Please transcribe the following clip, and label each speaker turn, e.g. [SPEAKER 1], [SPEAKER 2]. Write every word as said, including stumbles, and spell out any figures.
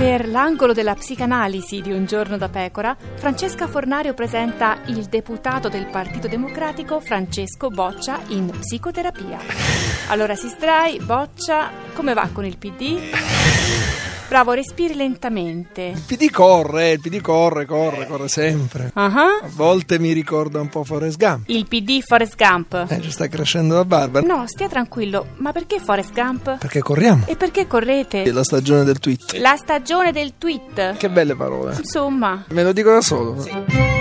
[SPEAKER 1] Per l'angolo della psicanalisi di Un giorno da pecora, Francesca Fornario presenta il deputato del Partito Democratico Francesco Boccia in psicoterapia. Allora si sdrai, Boccia, come va con il P D? Bravo, respiri lentamente.
[SPEAKER 2] Il P D corre, il P D corre, corre, corre sempre.
[SPEAKER 1] Uh-huh.
[SPEAKER 2] A volte mi ricorda un po' Forrest Gump.
[SPEAKER 1] Il P D Forrest Gump.
[SPEAKER 2] Eh, ci sta crescendo la barba.
[SPEAKER 1] No, stia tranquillo, ma perché Forrest Gump?
[SPEAKER 2] Perché corriamo.
[SPEAKER 1] E perché correte?
[SPEAKER 2] È la stagione del tweet.
[SPEAKER 1] La stagione del tweet.
[SPEAKER 2] Che belle parole.
[SPEAKER 1] Insomma.
[SPEAKER 2] Me lo dico da solo.
[SPEAKER 1] Sì.